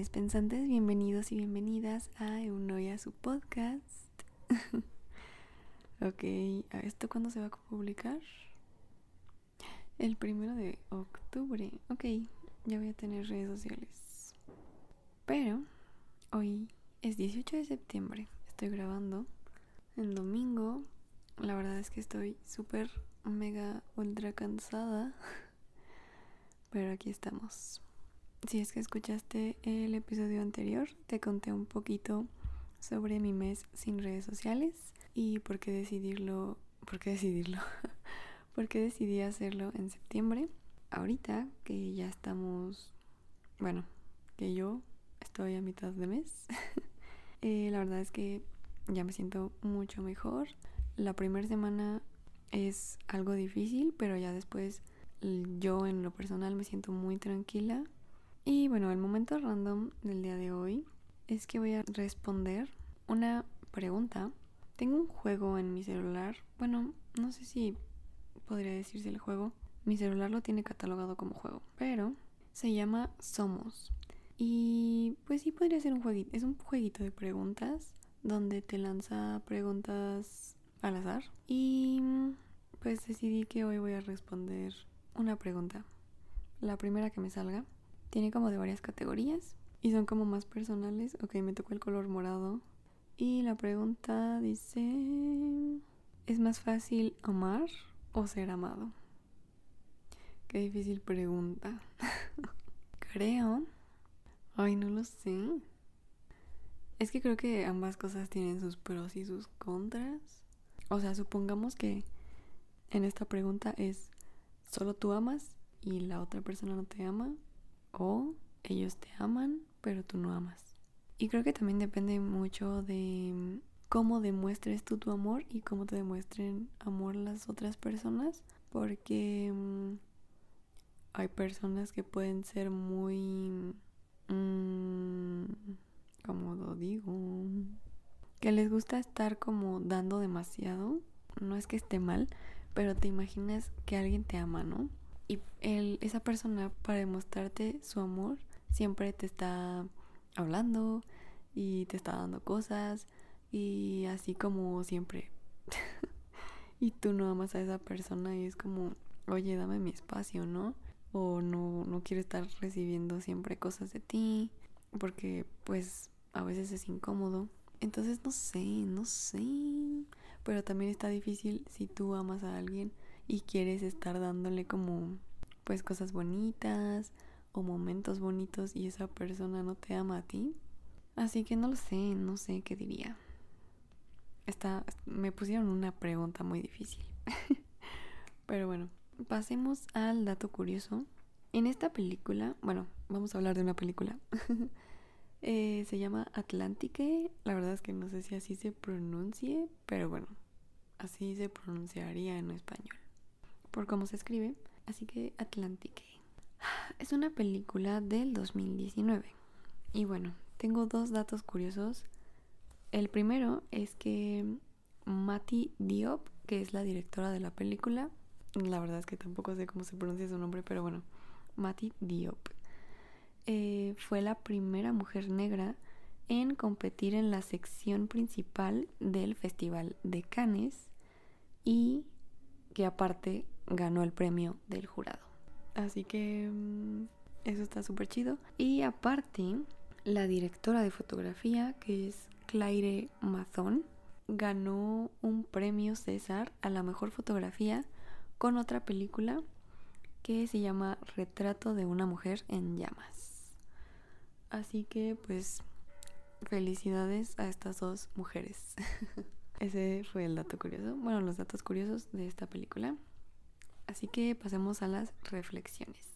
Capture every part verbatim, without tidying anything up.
corazones pensantes, bienvenidos y bienvenidas a Eunoia, su podcast. Ok, ¿a esto cuándo se va a publicar? El primero de octubre. Ok, ya voy a tener redes sociales. Pero hoy es dieciocho de septiembre. Estoy grabando el domingo. La verdad es que estoy súper, mega, ultra cansada. Pero aquí estamos. Si es que escuchaste el episodio anterior, te conté un poquito sobre mi mes sin redes sociales y por qué decidirlo, por qué decidirlo, por qué decidí hacerlo en septiembre. Ahorita que ya estamos, bueno, que yo estoy a mitad de mes, eh, la verdad es que ya me siento mucho mejor. La primera semana es algo difícil, pero ya después yo en lo personal me siento muy tranquila. Y bueno, el momento random del día de hoy es que voy a responder una pregunta. Tengo un juego en mi celular. Bueno, no sé si podría decirse el juego. Mi celular lo tiene catalogado como juego, pero se llama Somos. Y pues sí podría ser un jueguito. Es un jueguito de preguntas donde te lanza preguntas al azar. Y pues decidí que hoy voy a responder una pregunta. La primera que me salga. Tiene como de varias categorías y son como más personales. Ok, me tocó el color morado. Y la pregunta dice: ¿es más fácil amar o ser amado? Qué difícil pregunta. Creo. Ay, no lo sé. Es que creo que ambas cosas tienen sus pros y sus contras. O sea, supongamos que en esta pregunta es: ¿solo tú amas y la otra persona no te ama? O ellos te aman, pero tú no amas. Y creo que también depende mucho de cómo demuestres tú tu amor y cómo te demuestren amor las otras personas. Porque um, hay personas que pueden ser muy... Um, ¿cómo lo digo? Que les gusta estar como dando demasiado. No es que esté mal, pero te imaginas que alguien te ama, ¿no? Y él, esa persona, para demostrarte su amor, siempre te está hablando y te está dando cosas y así como siempre. Y tú no amas a esa persona y es como: oye, dame mi espacio, ¿no? O no, no quiero estar recibiendo siempre cosas de ti porque pues a veces es incómodo. Entonces no sé, no sé. Pero también está difícil si tú amas a alguien y quieres estar dándole como pues cosas bonitas o momentos bonitos y esa persona no te ama a ti. Así que no lo sé, no sé qué diría. Está, me pusieron una pregunta muy difícil. Pero bueno, pasemos al dato curioso. En esta película, bueno, vamos a hablar de una película. eh, se llama Atlantique. La verdad es que no sé si así se pronuncie, pero bueno, así se pronunciaría en español, por cómo se escribe. Así que Atlantique. Es una película del dos mil diecinueve. Y bueno, tengo dos datos curiosos. El primero es que Mati Diop, que es la directora de la película, la verdad es que tampoco sé cómo se pronuncia su nombre, pero bueno, Mati Diop, eh, fue la primera mujer negra en competir en la sección principal del Festival de Cannes y que aparte ganó el premio del jurado. Así que um, eso está súper chido. Y aparte, la directora de fotografía, que es Claire Mazón, ganó un premio César a la mejor fotografía con otra película que se llama Retrato de una mujer en llamas. Así que pues felicidades a estas dos mujeres. Ese fue el dato curioso. Bueno, los datos curiosos de esta película. Así que pasemos a las reflexiones.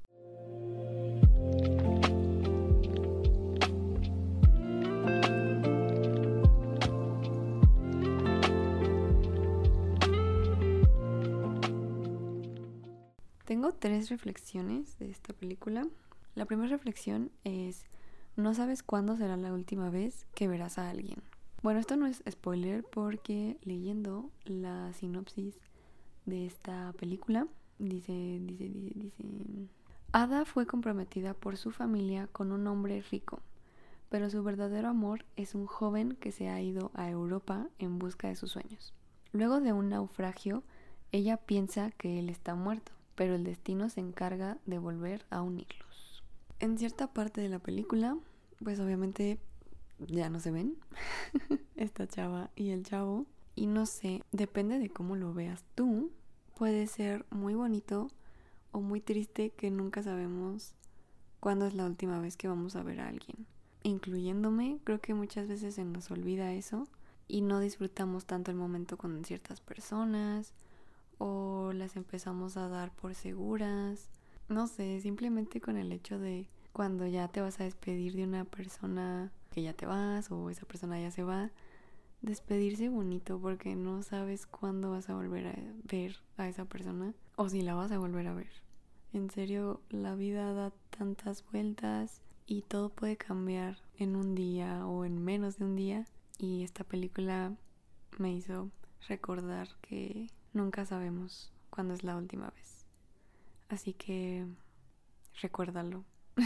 Tengo tres reflexiones de esta película. La primera reflexión es: no sabes cuándo será la última vez que verás a alguien. Bueno, esto no es spoiler porque leyendo la sinopsis de esta película dice, dice, dice, dice... Ada fue comprometida por su familia con un hombre rico, pero su verdadero amor es un joven que se ha ido a Europa en busca de sus sueños. Luego de un naufragio, ella piensa que él está muerto, pero el destino se encarga de volver a unirlos. En cierta parte de la película, pues obviamente ya no se ven esta chava y el chavo, y no sé, depende de cómo lo veas tú, puede ser muy bonito o muy triste, que nunca sabemos cuándo es la última vez que vamos a ver a alguien. Incluyéndome, creo que muchas veces se nos olvida eso y no disfrutamos tanto el momento con ciertas personas o las empezamos a dar por seguras. No sé, simplemente con el hecho de cuando ya te vas a despedir de una persona que ya te vas o esa persona ya se va, despedirse bonito, porque no sabes cuándo vas a volver a ver a esa persona o si la vas a volver a ver. En serio, la vida da tantas vueltas y todo puede cambiar en un día o en menos de un día, y esta película me hizo recordar que nunca sabemos cuándo es la última vez. Así que recuérdalo.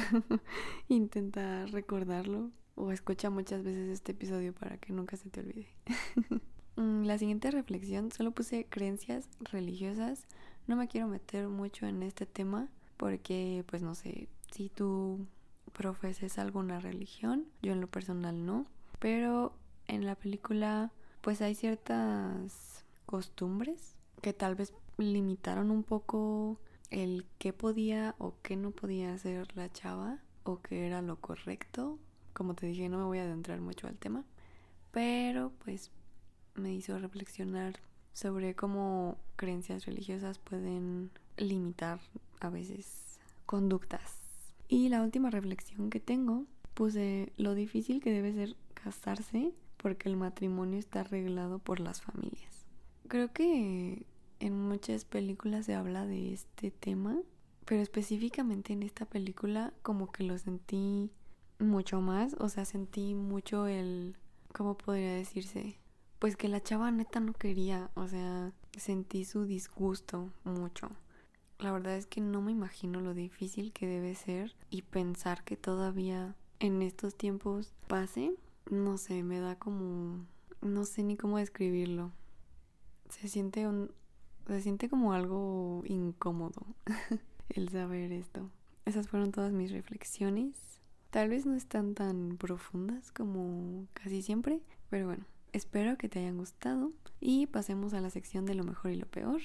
Intenta recordarlo o escucha muchas veces este episodio para que nunca se te olvide. La siguiente reflexión, solo puse creencias religiosas. No me quiero meter mucho en este tema porque, pues no sé, si tú profeses alguna religión, yo en lo personal no, pero en la película pues hay ciertas costumbres que tal vez limitaron un poco el qué podía o qué no podía hacer la chava o qué era lo correcto. Como te dije, no me voy a adentrar mucho al tema, pero pues me hizo reflexionar sobre cómo creencias religiosas pueden limitar a veces conductas. Y la última reflexión que tengo, puse lo difícil que debe ser casarse porque el matrimonio está arreglado por las familias. Creo que en muchas películas se habla de este tema, pero específicamente en esta película como que lo sentí mucho más, o sea, sentí mucho el, ¿cómo podría decirse? Pues que la chava neta no quería, o sea, sentí su disgusto mucho. La verdad es que no me imagino lo difícil que debe ser, y pensar que todavía en estos tiempos pase, no sé, me da como, no sé ni cómo describirlo. Se siente un, se siente como algo incómodo el saber esto. Esas fueron todas mis reflexiones. Tal vez no están tan profundas como casi siempre, pero bueno, espero que te hayan gustado y pasemos a la sección de lo mejor y lo peor.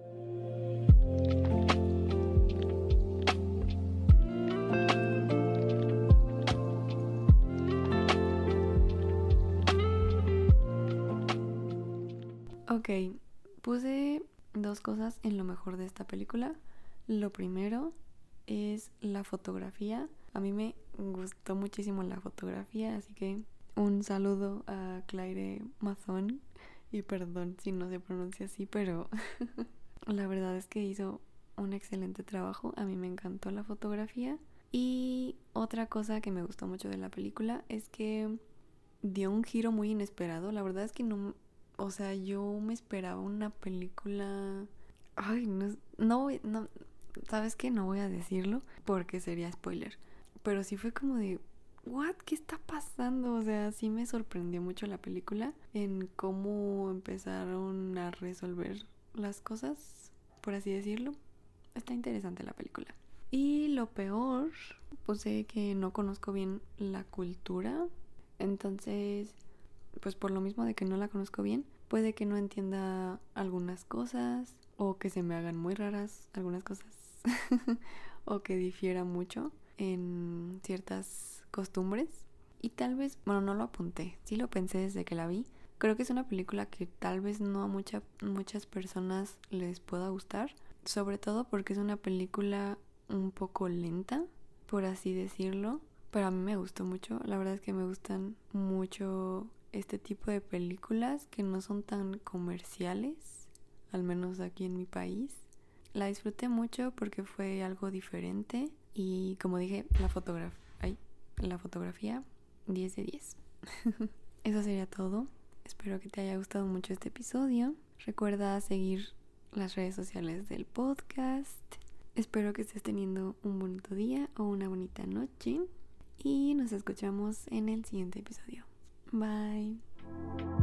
Ok, puse dos cosas en lo mejor de esta película. Lo primero es la fotografía. A mí me gustó muchísimo la fotografía, así que un saludo a Claire Mazón, y perdón si no se pronuncia así, pero la verdad es que hizo un excelente trabajo. A mí me encantó la fotografía. Y otra cosa que me gustó mucho de la película es que dio un giro muy inesperado. La verdad es que no, o sea, yo me esperaba una película, ay, no, no, no, ¿sabes qué? No voy a decirlo porque sería spoiler, pero sí fue como de, ¿what? ¿Qué está pasando? O sea, sí me sorprendió mucho la película en cómo empezaron a resolver las cosas, por así decirlo. Está interesante la película. Y lo peor, puse que no conozco bien la cultura, entonces, pues por lo mismo de que no la conozco bien, puede que no entienda algunas cosas o que se me hagan muy raras algunas cosas o que difiera mucho en ciertas costumbres. Y tal vez, bueno, no lo apunté, sí lo pensé desde que la vi. Creo que es una película que tal vez no a mucha, muchas personas les pueda gustar, sobre todo porque es una película un poco lenta, por así decirlo, pero a mí me gustó mucho. La verdad es que me gustan mucho este tipo de películas que no son tan comerciales, al menos aquí en mi país. La disfruté mucho porque fue algo diferente y, como dije, la fotografía, ay, la fotografía diez de diez. Eso sería todo. Espero que te haya gustado mucho este episodio. Recuerda seguir las redes sociales del podcast. espero que estés teniendo un bonito día o una bonita noche y nos escuchamos en el siguiente episodio. Bye.